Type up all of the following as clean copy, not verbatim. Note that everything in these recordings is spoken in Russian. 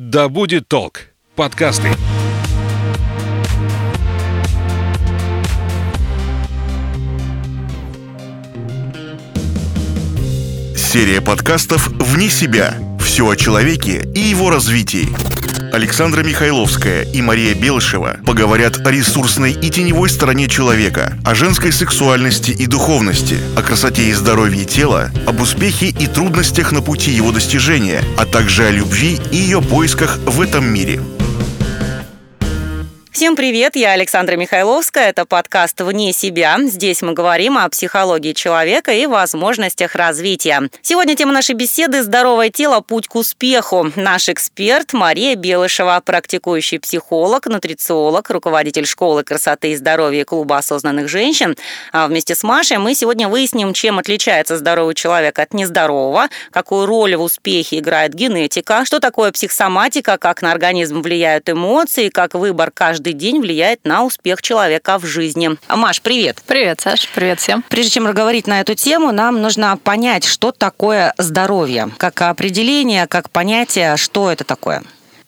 Да будет толк. Подкасты. Серия подкастов «Вне себя». Все о человеке и его развитии. Александра Михайловская и Мария Белышева поговорят о ресурсной и теневой стороне человека, о женской сексуальности и духовности, о красоте и здоровье тела, об успехе и трудностях на пути его достижения, а также о любви и ее поисках в этом мире. Всем привет, я Александра Михайловская, это подкаст «Вне себя». Здесь мы говорим о психологии человека и возможностях развития. Сегодня тема нашей беседы «Здоровое тело. Путь к успеху». Наш эксперт Мария Белышева, практикующий психолог, нутрициолог, руководитель школы красоты и здоровья Клуба осознанных женщин. А вместе с Машей мы сегодня выясним, чем отличается здоровый человек от нездорового, какую роль в успехе играет генетика, что такое психосоматика, как на организм влияют эмоции, как выбор каждый день влияет на успех человека в жизни. Маш, привет. Привет, Саш. Привет всем. Прежде чем разговаривать на эту тему, нам нужно понять, что такое здоровье. Как определение, как понятие, что это такое?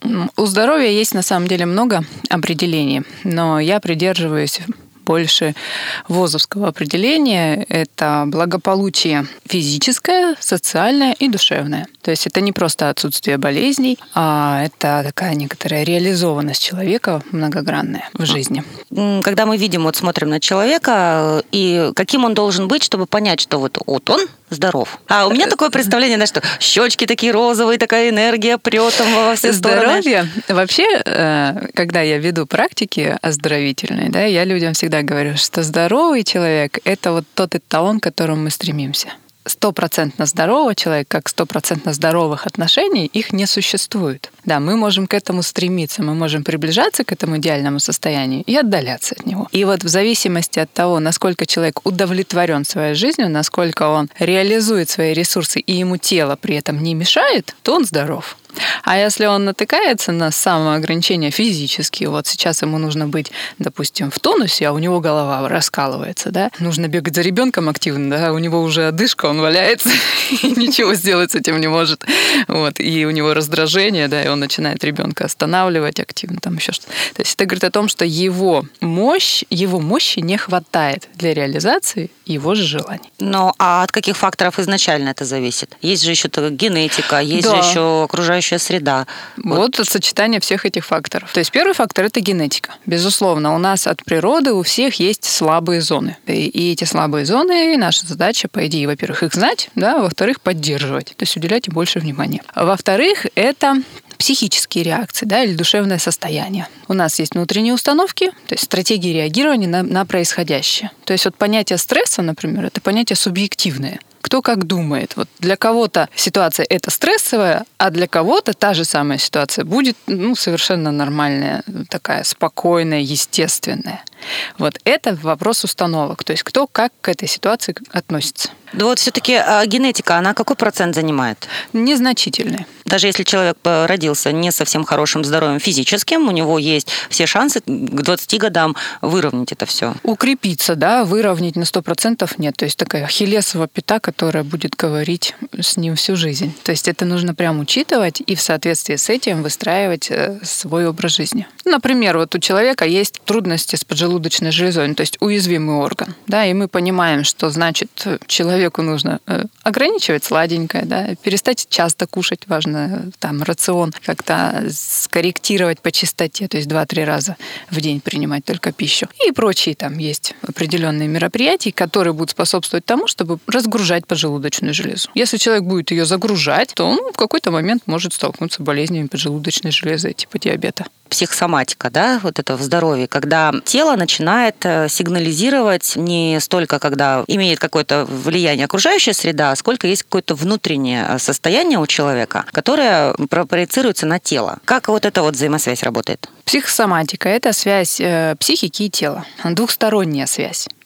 У здоровья есть на самом деле много определений, но я придерживаюсь больше ВОЗовского определения. Это благополучие физическое, социальное и душевное. То есть это не просто отсутствие болезней, а это такая некоторая реализованность человека многогранная в жизни. Когда мы видим, смотрим на человека, и каким он должен быть, чтобы понять, что вот он здоров. А у меня такое представление, что щечки такие розовые, такая энергия прет там во все стороны. Здоровье. Вообще, когда я веду практики оздоровительные, я людям всегда говорю, что здоровый человек – это вот тот эталон, к которому мы стремимся. 100% здорового человека, как 100% здоровых отношений, их не существует. Да, мы можем к этому стремиться, мы можем приближаться к этому идеальному состоянию и отдаляться от него. И вот в зависимости от того, насколько человек удовлетворен своей жизнью, насколько он реализует свои ресурсы и ему тело при этом не мешает, то он здоров. А если он натыкается на самоограничения физические, вот сейчас ему нужно быть, допустим, в тонусе, а у него голова раскалывается, нужно бегать за ребенком активно, у него уже одышка, он валяется и ничего сделать с этим не может. И у него раздражение, и он начинает ребенка останавливать активно, еще что-то. То есть это говорит о том, что его мощи не хватает для реализации его же желаний. А от каких факторов изначально это зависит? Есть же еще генетика, есть же еще окружающая среда. Вот сочетание всех этих факторов. То есть первый фактор – это генетика. Безусловно, у нас от природы у всех есть слабые зоны. И эти слабые зоны, наша задача, по идее, во-первых, их знать, во-вторых, поддерживать, то есть уделять им больше внимания. Во-вторых, это психические реакции, или душевное состояние. У нас есть внутренние установки, то есть стратегии реагирования на происходящее. То есть понятие стресса, например, это понятие субъективное. Кто как думает. Для кого-то ситуация это стрессовая, а для кого-то та же самая ситуация будет совершенно нормальная, такая спокойная, естественная. Это вопрос установок. То есть кто как к этой ситуации относится. Все-таки генетика, она какой процент занимает? Незначительный. Даже если человек родился не совсем хорошим здоровьем физическим, у него есть все шансы к 20 годам выровнять это все. Укрепиться, выровнять на 100% нет. То есть такая ахиллесова пята, которая будет говорить с ним всю жизнь. То есть это нужно прям учитывать и в соответствии с этим выстраивать свой образ жизни. Например, у человека есть трудности с поджелудочной железой, то есть уязвимый орган. И мы понимаем, что значит человеку нужно ограничивать сладенькое, перестать часто кушать, важно рацион как-то скорректировать по частоте, то есть 2-3 раза в день принимать только пищу. И прочие есть определенные мероприятия, которые будут способствовать тому, чтобы разгружать поджелудочную железу. Если человек будет ее загружать, то он в какой-то момент может столкнуться с болезнями поджелудочной железы, типа диабета. Психосоматика, это в здоровье, когда тело начинает сигнализировать не столько, когда имеет какое-то влияние окружающая среда, сколько есть какое-то внутреннее состояние у человека, которое проецируется на тело. Как эта взаимосвязь работает? Психосоматика – это связь психики и тела, двухсторонняя связь. То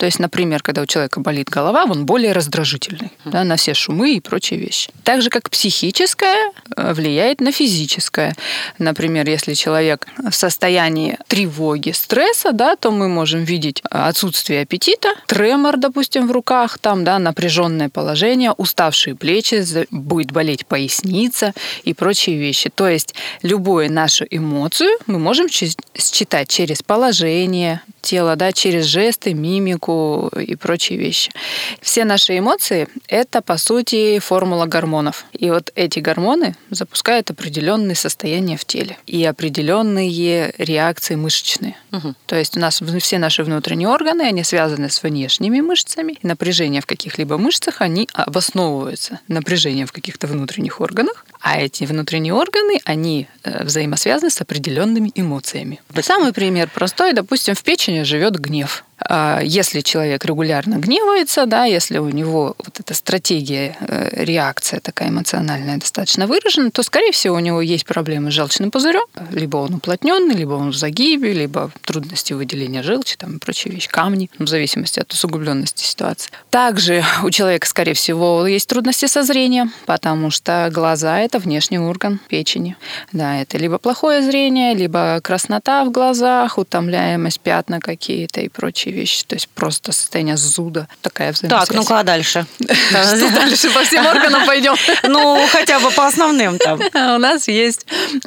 То есть, например, когда у человека болит голова, он более раздражительный, да, на все шумы и прочие вещи. Так же, как психическое влияет на физическое. Например, если человек в состоянии тревоги, стресса, да, то мы можем видеть отсутствие аппетита, тремор, допустим, в руках, там, да, напряженное положение, уставшие плечи, будет болеть поясница и прочие вещи. То есть любую нашу эмоцию мы можем считать через положение тела, да, через жесты, мимику и прочие вещи. Все наши эмоции – это, по сути, формула гормонов. И вот эти гормоны запускают определенные состояния в теле и определенные реакции мышечные. То есть у нас все наши внутренние органы, они связаны с внешними мышцами. Напряжение в каких-либо мышцах, они обосновываются напряжением в каких-то внутренних органах, а эти внутренние органы, они взаимосвязаны с определенными эмоциями. Самый пример простой, допустим, в печени живет гнев. Если человек регулярно гневается, да, если у него вот эта стратегия, реакция такая эмоциональная достаточно выражена, то, скорее всего, у него есть проблемы с желчным пузырем. Либо он уплотненный, либо он в загибе, либо трудности выделения желчи там, и прочие вещи, камни, в зависимости от усугубленности ситуации. Также у человека, скорее всего, есть трудности со зрением, потому что глаза – это внешний орган печени. Да, это либо плохое зрение, либо краснота в глазах, утомляемость, пятна какие-то и прочие вещи. То есть просто состояние зуда, такая взаимосвязь. Так, ну-ка, а дальше? Что дальше? По всем органам пойдем? Ну, хотя бы по основным там. У нас есть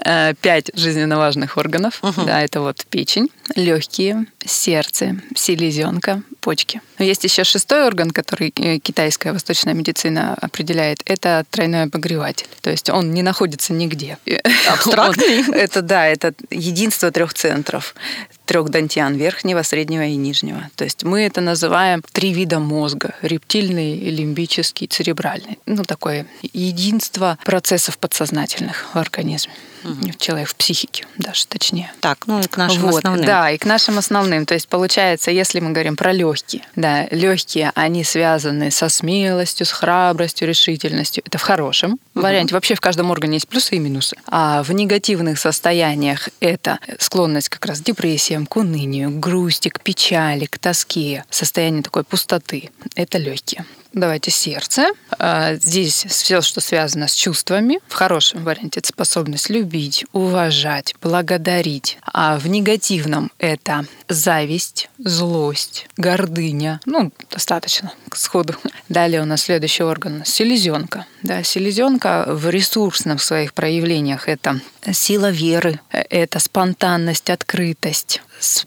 5 жизненно важных органов. Да, это вот печень, легкие, сердце, селезенка, почки. Но есть еще 6-й орган, который китайская восточная медицина определяет. Это тройной обогреватель. То есть он не находится нигде. Абстрактный? Это единство 3 центров. 3 дантиан: верхнего, среднего и нижнего. То есть мы это называем 3 вида мозга: рептильный, лимбический, церебральный. Ну, такое единство процессов подсознательных в организме. Человек в психике, даже точнее. Так, ну и к нашим основным. Да, и к нашим основным. То есть получается, если мы говорим про легкие, да, легкие, они связаны со смелостью, с храбростью, решительностью. Это в хорошем варианте. Вообще в каждом органе есть плюсы и минусы. А в негативных состояниях это склонность как раз к депрессиям, к унынию, к грусти, к печали, к тоске, состояние такой пустоты. Это легкие. Давайте сердце. Здесь все, что связано с чувствами. В хорошем варианте это способность любить, уважать, благодарить. А в негативном это зависть, злость, гордыня. Ну, достаточно сходу. Далее у нас следующий орган – селезенка. Да, селезенка в ресурсных своих проявлениях – это сила веры, это спонтанность, открытость,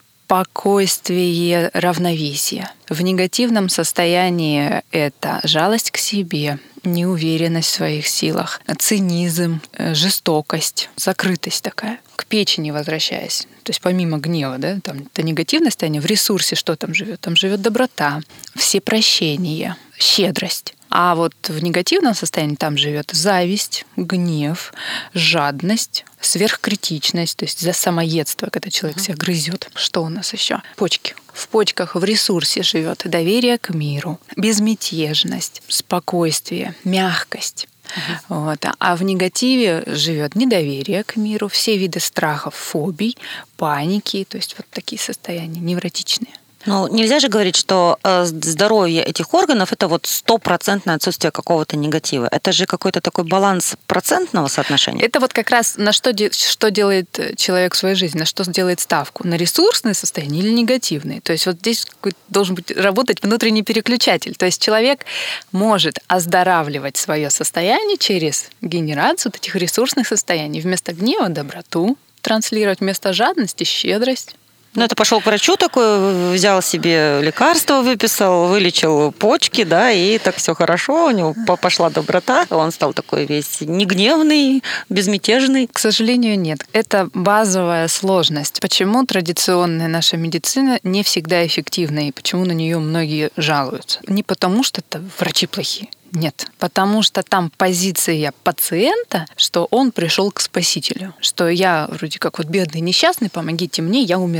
спокойствие, равновесие. В негативном состоянии это жалость к себе, неуверенность в своих силах, цинизм, жестокость, закрытость такая. К печени возвращаясь, то есть помимо гнева, да, там это негативное состояние, в ресурсе что там живет? Там живет доброта, всепрощение, щедрость. А вот в негативном состоянии там живет зависть, гнев, жадность, сверхкритичность, то есть за самоедство, когда человек себя грызет. Что у нас еще? Почки. В почках в ресурсе живет доверие к миру, безмятежность, спокойствие, мягкость. Вот. А в негативе живет недоверие к миру, все виды страхов, фобий, паники, то есть вот такие состояния невротичные. Ну, нельзя же говорить, что здоровье этих органов – это вот 100% отсутствие какого-то негатива. Это же какой-то такой баланс процентного соотношения. Это вот как раз на что делает человек в своей жизни, на что делает ставку. На ресурсные состояния или негативные. То есть вот здесь должен быть работать внутренний переключатель. То есть человек может оздоравливать свое состояние через генерацию этих ресурсных состояний. Вместо гнева – доброту транслировать, вместо жадности – щедрость. Ну, это пошел к врачу такой, взял себе лекарство, выписал, вылечил почки, да, и так все хорошо, у него пошла доброта, он стал такой весь негневный, безмятежный. К сожалению, нет. Это базовая сложность. Почему традиционная наша медицина не всегда эффективна, и почему на нее многие жалуются? Не потому, что это врачи плохие. Нет, потому что там позиция пациента, что он пришел к спасителю, что я вроде как вот бедный, несчастный, помогите мне, я умираю.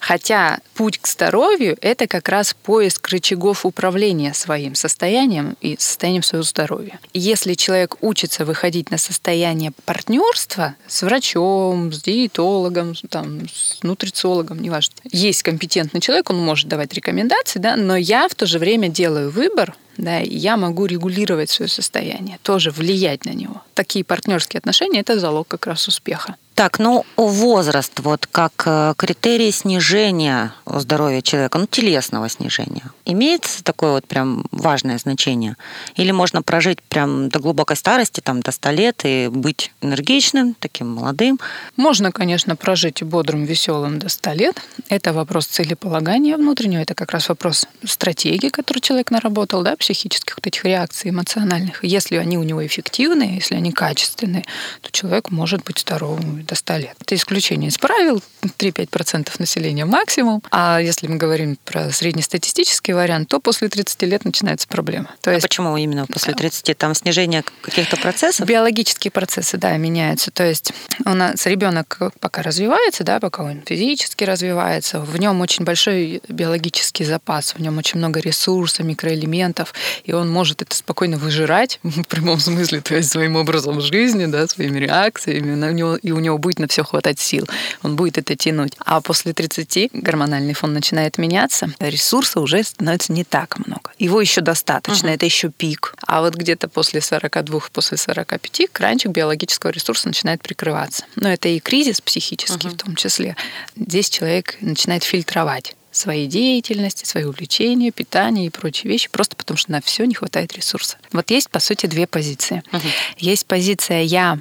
Хотя путь к здоровью – это как раз поиск рычагов управления своим состоянием и состоянием своего здоровья. И если человек учится выходить на состояние партнерства с врачом, с диетологом, с нутрициологом, неважно, есть компетентный человек, он может давать рекомендации, да, но я в то же время делаю выбор, да, и я могу регулировать свое состояние, тоже влиять на него. Такие партнерские отношения – это залог как раз успеха. Так, возраст, как критерий снижения здоровья человека, телесного снижения, имеет такое прям важное значение? Или можно прожить прям до глубокой старости, до 100 лет, и быть энергичным, таким молодым? Можно, конечно, прожить бодрым, веселым до 100 лет. Это вопрос целеполагания внутреннего, это как раз вопрос стратегии, которую человек наработал, да, психических этих реакций эмоциональных. Если они у него эффективные, если они качественные, то человек может быть здоровым до 100 лет. Это исключение из правил, 3-5% населения максимум. А если мы говорим про среднестатистический вариант, то после 30 лет начинаются проблемы. Почему именно после 30? Там снижение каких-то процессов? Биологические процессы, да, меняются. То есть у нас ребенок пока развивается, да, пока он физически развивается, в нем очень большой биологический запас, в нем очень много ресурсов, микроэлементов, и он может это спокойно выжирать в прямом смысле, то есть своим образом жизни, да, своими реакциями, и у него будет на все хватать сил, он будет это тянуть. А после 30 гормональный фон начинает меняться, ресурса уже становится не так много. Его еще достаточно, это еще пик. А вот где-то после 42, после 45 кранчик биологического ресурса начинает прикрываться. Но это и кризис психический в том числе. Здесь человек начинает фильтровать своей деятельности, свои увлечения, питание и прочие вещи, просто потому что на все не хватает ресурсов. Вот есть, по сути, две позиции. Есть позиция «я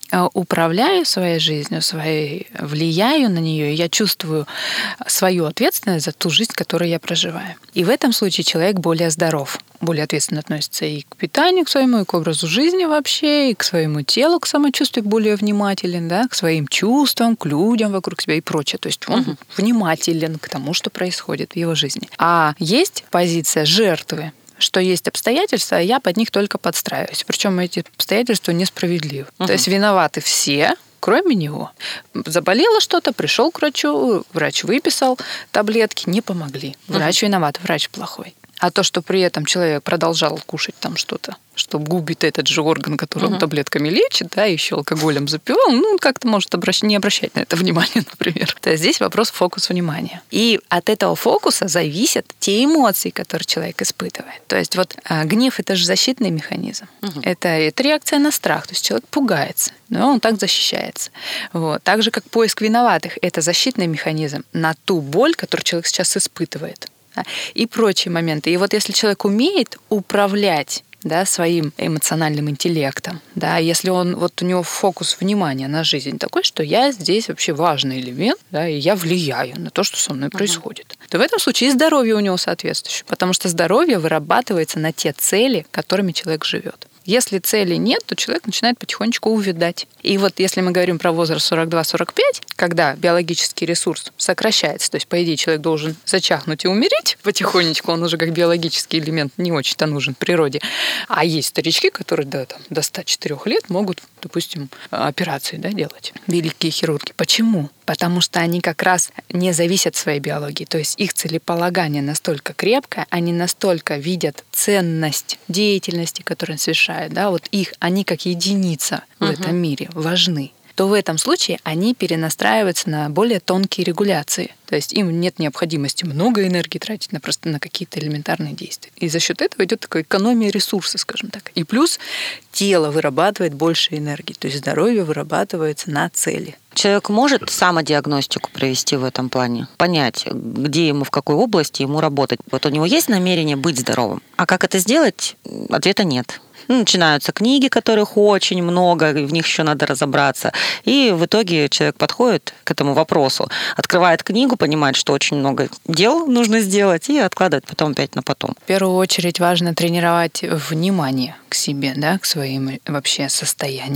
управляю своей жизнью, влияю на нее, и я чувствую свою ответственность за ту жизнь, которую я проживаю». И в этом случае человек более здоров, более ответственно относится и к питанию, к своему, и к образу жизни вообще, и к своему телу, к самочувствию более внимателен, да, к своим чувствам, к людям вокруг себя и прочее. То есть он внимателен к тому, что происходит в его жизни. А есть позиция жертвы, что есть обстоятельства, а я под них только подстраиваюсь. Причем эти обстоятельства несправедливы. То есть виноваты все, кроме него. Заболело что-то, пришел к врачу, врач выписал таблетки, не помогли. Врач виноват, врач плохой. А то, что при этом человек продолжал кушать там что-то, что губит этот же орган, который он таблетками лечит, да, еще алкоголем запивал, как-то может не обращать на это внимание, например. То есть здесь вопрос фокус внимания. И от этого фокуса зависят те эмоции, которые человек испытывает. То есть гнев – это же защитный механизм. Это реакция на страх. То есть человек пугается, но он так защищается. Так же, как поиск виноватых – это защитный механизм на ту боль, которую человек сейчас испытывает. И прочие моменты. И если человек умеет управлять, да, своим эмоциональным интеллектом, да, если у него фокус внимания на жизнь такой, что я здесь вообще важный элемент, да, и я влияю на то, что со мной происходит, то в этом случае и здоровье у него соответствующее, потому что здоровье вырабатывается на те цели, которыми человек живет. Если цели нет, то человек начинает потихонечку увядать. И если мы говорим про возраст 42-45, когда биологический ресурс сокращается, то есть, по идее, человек должен зачахнуть и умереть потихонечку, он уже как биологический элемент не очень-то нужен природе. А есть старички, которые до 104 лет могут, допустим, операции, да, делать. Великие хирурги. Почему? Потому что они как раз не зависят от своей биологии. То есть их целеполагание настолько крепкое, они настолько видят ценность деятельности, которую они совершают, да, они как единица в этом мире важны, то в этом случае они перенастраиваются на более тонкие регуляции. То есть им нет необходимости много энергии тратить просто на какие-то элементарные действия. И за счет этого идет такая экономия ресурса, скажем так. И плюс тело вырабатывает больше энергии, то есть здоровье вырабатывается на цели. Человек может самодиагностику провести в этом плане? Понять, где ему, в какой области ему работать? У него есть намерение быть здоровым? А как это сделать? Ответа нет. Начинаются книги, которых очень много, в них еще надо разобраться. И в итоге человек подходит к этому вопросу, открывает книгу, понимает, что очень много дел нужно сделать, и откладывает потом опять на потом. В первую очередь важно тренировать внимание к себе, да, к своим вообще состояниям,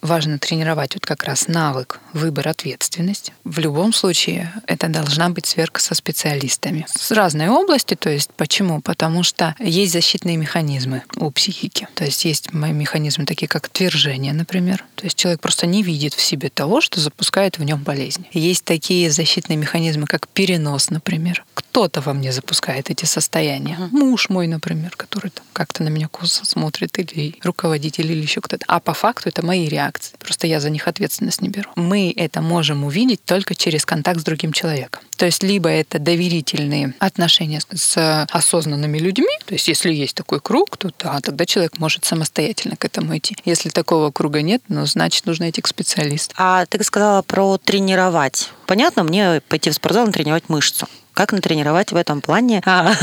важно тренировать вот как раз навык выбора ответственности. В любом случае это должна быть сверка со специалистами с разной области. То есть почему? Потому что есть защитные механизмы у психики. То есть есть механизмы такие, как отвержение, например. То есть человек просто не видит в себе того, что запускает в нем болезнь. Есть такие защитные механизмы, как перенос, например. Кто-то во мне запускает эти состояния. Муж мой, например, который там как-то на меня косо смотрит, или руководитель, или еще кто-то. А по факту это мои реакции. Просто я за них ответственность не беру. Мы это можем увидеть только через контакт с другим человеком. То есть либо это доверительные отношения с осознанными людьми, то есть если есть такой круг, то да, тогда человек может самостоятельно к этому идти. Если такого круга нет, значит, нужно идти к специалисту. А ты сказала про тренировать. Понятно, мне пойти в спортзал и тренировать мышцу. Как натренировать в этом плане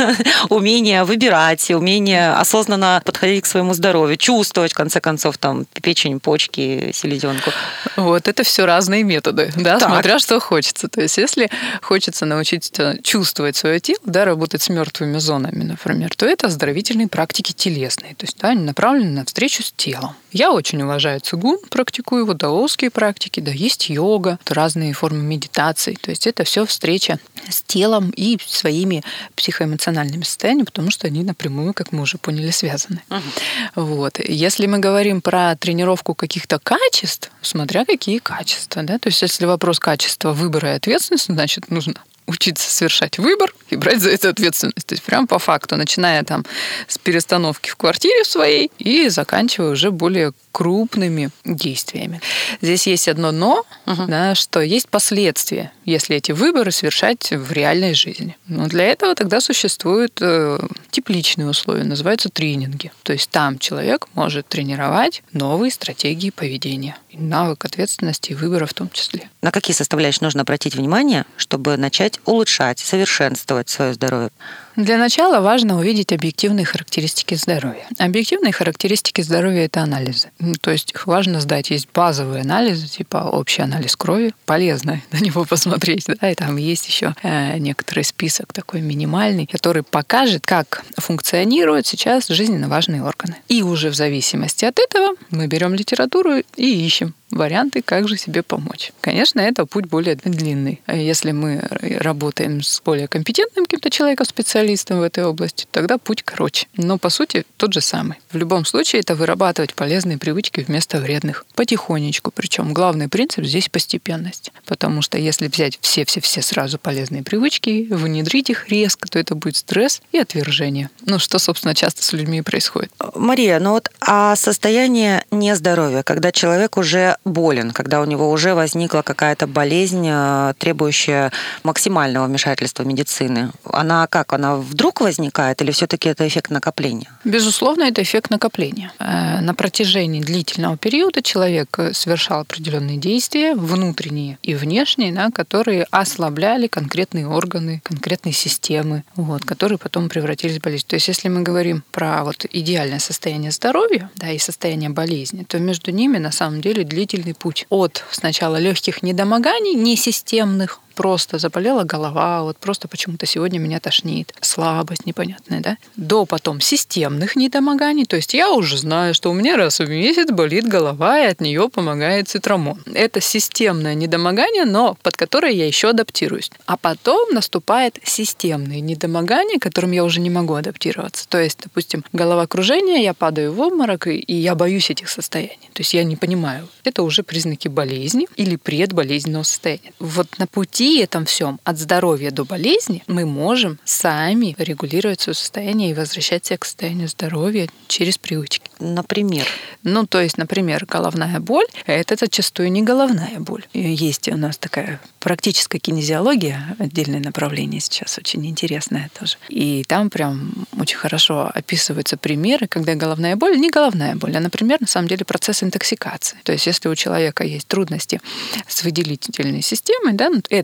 умение выбирать, умение осознанно подходить к своему здоровью, чувствовать, в конце концов, там, печень, почки, селезенку? Вот, это все разные методы, да, смотря что хочется. То есть, если хочется научиться чувствовать свое тело, да, работать с мертвыми зонами, например, то это оздоровительные практики телесные, то есть, да, они направлены на встречу с телом. Я очень уважаю цигун, практикую его, даосские практики, да, есть йога, разные формы медитации, то есть это все встреча с телом и своими психоэмоциональными состояниями, потому что они напрямую, как мы уже поняли, связаны. Вот. Если мы говорим про тренировку каких-то качеств, смотря какие качества, да, то есть если вопрос качества выбора и ответственности, значит, нужно учиться совершать выбор и брать за это ответственность. То есть прям по факту, начиная там с перестановки в квартире своей и заканчивая уже более крупными действиями. Здесь есть одно «но», да, что есть последствия, если эти выборы совершать в реальной жизни. Но для этого тогда существуют тепличные условия, называются тренинги. То есть там человек может тренировать новые стратегии поведения, и навык ответственности и выбора в том числе. На какие составляющие нужно обратить внимание, чтобы начать улучшать, совершенствовать свое здоровье? Для начала важно увидеть объективные характеристики здоровья. Объективные характеристики здоровья – это анализы. То есть их важно сдать. Есть базовые анализы, типа общий анализ крови. Полезно на него посмотреть. Да? И там есть еще некоторый список такой минимальный, который покажет, как функционируют сейчас жизненно важные органы. И уже в зависимости от этого мы берем литературу и ищем варианты, как же себе помочь. Конечно, это путь более длинный. Если мы работаем с более компетентным каким-то человеком, специалистом в этой области, тогда путь короче. Но, по сути, тот же самый. В любом случае, это вырабатывать полезные привычки вместо вредных. Потихонечку. Причем главный принцип здесь постепенность. Потому что если взять все сразу полезные привычки, внедрить их резко, то это будет стресс и отвержение. Что, собственно, часто с людьми и происходит. Мария, а состояние нездоровья, когда человек уже болен, когда у него уже возникла какая-то болезнь, требующая максимального вмешательства медицины. Она как? Она вдруг возникает или все-таки это эффект накопления? Безусловно, это эффект накопления. На протяжении длительного периода человек совершал определенные действия, внутренние и внешние, да, которые ослабляли конкретные органы, конкретные системы, которые потом превратились в болезнь. То есть, если мы говорим про идеальное состояние здоровья, да, и состояние болезни, то между ними на самом деле длительный путь от сначала легких недомоганий, несистемных, просто заболела голова, просто почему-то сегодня меня тошнит, слабость непонятная, да, до потом системных недомоганий, то есть я уже знаю, что у меня раз в месяц болит голова, и от нее помогает цитрамон. Это системное недомогание, но под которое я еще адаптируюсь. А потом наступает системные недомогания, к которым я уже не могу адаптироваться. То есть, допустим, головокружение, я падаю в обморок, и я боюсь этих состояний. То есть я не понимаю, это уже признаки болезни или предболезненного состояния. На пути этом всем, от здоровья до болезни, мы можем сами регулировать свое состояние и возвращать себя к состоянию здоровья через привычки. Например? То есть, например, головная боль – это зачастую не головная боль. Есть у нас такая практическая кинезиология, отдельное направление сейчас, очень интересное тоже. И там прям очень хорошо описываются примеры, когда головная боль не головная боль, а, например, на самом деле процесс интоксикации. То есть, если у человека есть трудности с выделительной системой, да, это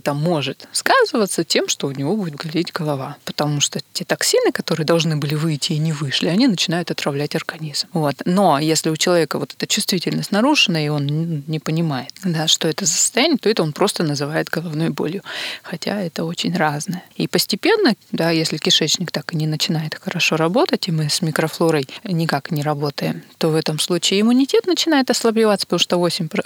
это может сказываться тем, что у него будет болеть голова. Потому что те токсины, которые должны были выйти и не вышли, они начинают отравлять организм. Вот. Но если у человека вот эта чувствительность нарушена, и он не понимает, да, что это за состояние, то это он просто называет головной болью. Хотя это очень разное. И постепенно, да, если кишечник так и не начинает хорошо работать, и мы с микрофлорой никак не работаем, то в этом случае иммунитет начинает ослабеваться, потому что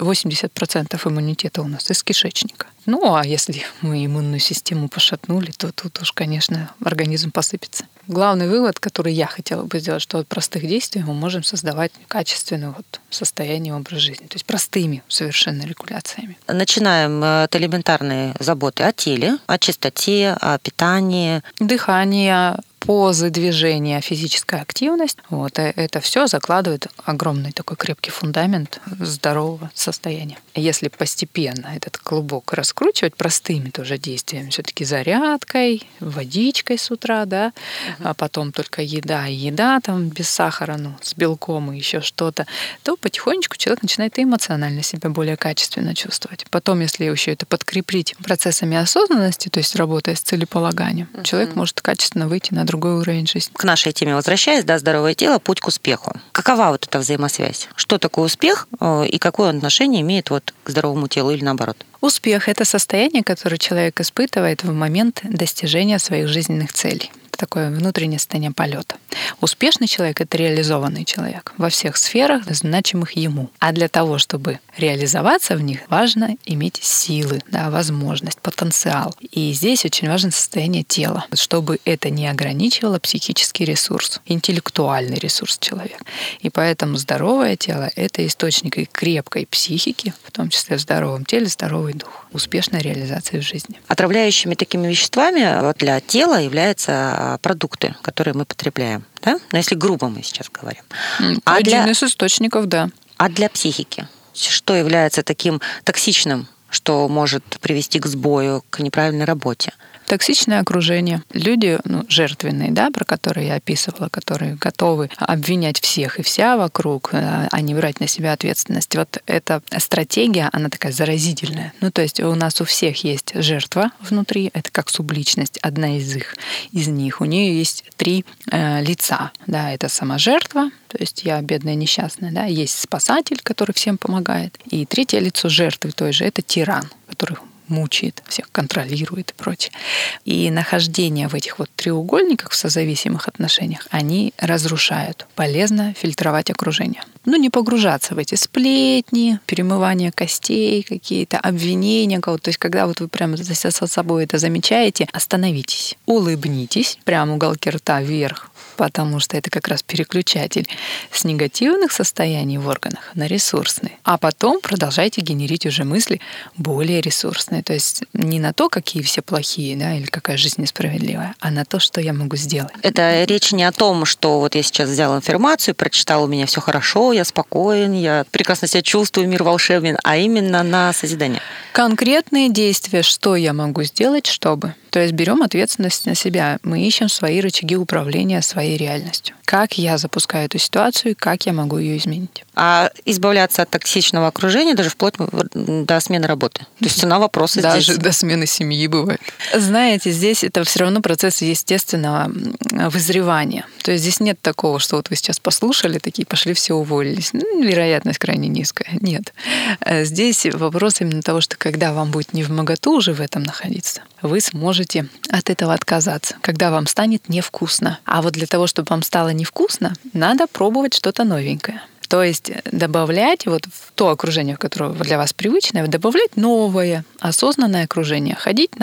80% иммунитета у нас из кишечника. Ну, а если мы иммунную систему пошатнули, то тут уж, конечно, организм посыпется. Главный вывод, который я хотела бы сделать, что от простых действий мы можем создавать качественное состояние, образ жизни. То есть простыми совершенно регуляциями. Начинаем от элементарной заботы о теле, о чистоте, о питании. Дыхание, позы, движения, физическая активность. Вот, это все закладывает огромный такой крепкий фундамент здорового состояния. Если постепенно этот клубок раскручивать простыми тоже действиями, все-таки зарядкой, водичкой с утра, да, а потом только еда там без сахара, с белком и еще что-то, то потихонечку человек начинает эмоционально себя более качественно чувствовать. Потом, если еще это подкрепить процессами осознанности, то есть работая с целеполаганием, человек может качественно выйти на другой уровень жизни. К нашей теме возвращаясь, да, здоровое тело, путь к успеху. Какова вот эта взаимосвязь? Что такое успех и какое отношение имеет вот к здоровому телу или наоборот? Успех — это состояние, которое человек испытывает в момент достижения своих жизненных целей. Такое внутреннее состояние полета. Успешный человек — это реализованный человек во всех сферах, значимых ему. А для того, чтобы реализоваться в них, важно иметь силы, да, возможность, потенциал. И здесь очень важно состояние тела, чтобы это не ограничивало психический ресурс, интеллектуальный ресурс человека. И поэтому здоровое тело — это источник и крепкой психики, в том числе в здоровом теле, здоровый дух, успешной реализации в жизни. Отравляющими такими веществами для тела являются продукты, которые мы потребляем. Да? Но если грубо мы сейчас говорим. Один из источников, да. А для психики? Что является таким токсичным, что может привести к сбою, к неправильной работе? Токсичное окружение. Люди, жертвенные, да, про которые я описывала, которые готовы обвинять всех и вся вокруг, а не брать на себя ответственность. Вот эта стратегия, она такая заразительная. То есть у нас у всех есть жертва внутри, это как субличность, одна из них. У нее есть 3 лица. Да, это сама жертва, то есть я бедная, несчастная, да, есть спасатель, который всем помогает. И 3-е лицо жертвы той же — это тиран, который мучает, всех контролирует и прочее. И нахождение в этих треугольниках, в созависимых отношениях, они разрушают. Полезно фильтровать окружение. Не погружаться в эти сплетни, перемывание костей, какие-то обвинения кого-то. То есть когда вы прямо со собой это замечаете, остановитесь, улыбнитесь, прямо уголки рта вверх, потому что это как раз переключатель с негативных состояний в органах на ресурсные. А потом продолжайте генерить уже мысли более ресурсные. То есть не на то, какие все плохие, да, или какая жизнь несправедливая, а на то, что я могу сделать. Это речь не о том, что вот я сейчас взял информацию, прочитал, у меня все хорошо, я спокоен, я прекрасно себя чувствую, мир волшебен, а именно на созидание. Конкретные действия, что я могу сделать, чтобы. То есть берем ответственность на себя. Мы ищем свои рычаги управления своей реальностью. Как я запускаю эту ситуацию, как я могу ее изменить. А избавляться от токсичного окружения даже вплоть до смены работы. То есть цена вопроса даже здесь. Даже до смены семьи бывает. Знаете, здесь это все равно процесс естественного вызревания. То есть здесь нет такого, что вот вы сейчас послушали, такие пошли, все уволились. Вероятность крайне низкая. Нет. Здесь вопрос именно того, что когда вам будет невмоготу уже в этом находиться, вы сможете от этого отказаться, когда вам станет невкусно. А вот для того, чтобы вам стало невкусно, надо пробовать что-то новенькое. То есть добавлять в то окружение, которое для вас привычное, добавлять новое, осознанное окружение, ходить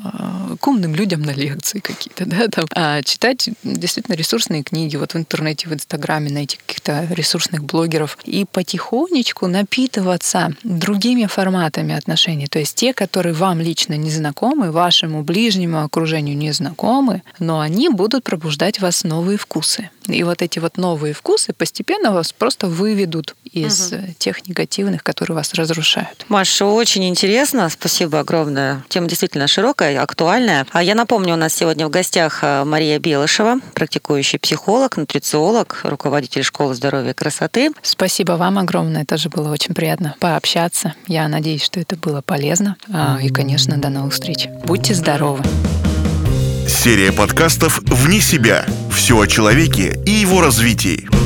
к умным людям на лекции какие-то, да, там, читать действительно ресурсные книги, в интернете, в Инстаграме найти каких-то ресурсных блогеров и потихонечку напитываться другими форматами отношений. То есть те, которые вам лично не знакомы, вашему ближнему окружению не знакомы, но они будут пробуждать в вас новые вкусы. И эти новые вкусы постепенно вас просто выведут из тех негативных, которые вас разрушают. Маша, очень интересно. Спасибо огромное. Тема действительно широкая, актуальная. правильное. А я напомню, у нас сегодня в гостях Мария Белышева, практикующий психолог, нутрициолог, руководитель школы здоровья и красоты. Спасибо вам огромное. Тоже было очень приятно пообщаться. Я надеюсь, что это было полезно. И, конечно, до новых встреч. Будьте здоровы. Серия подкастов «Вне себя». Все о человеке и его развитии.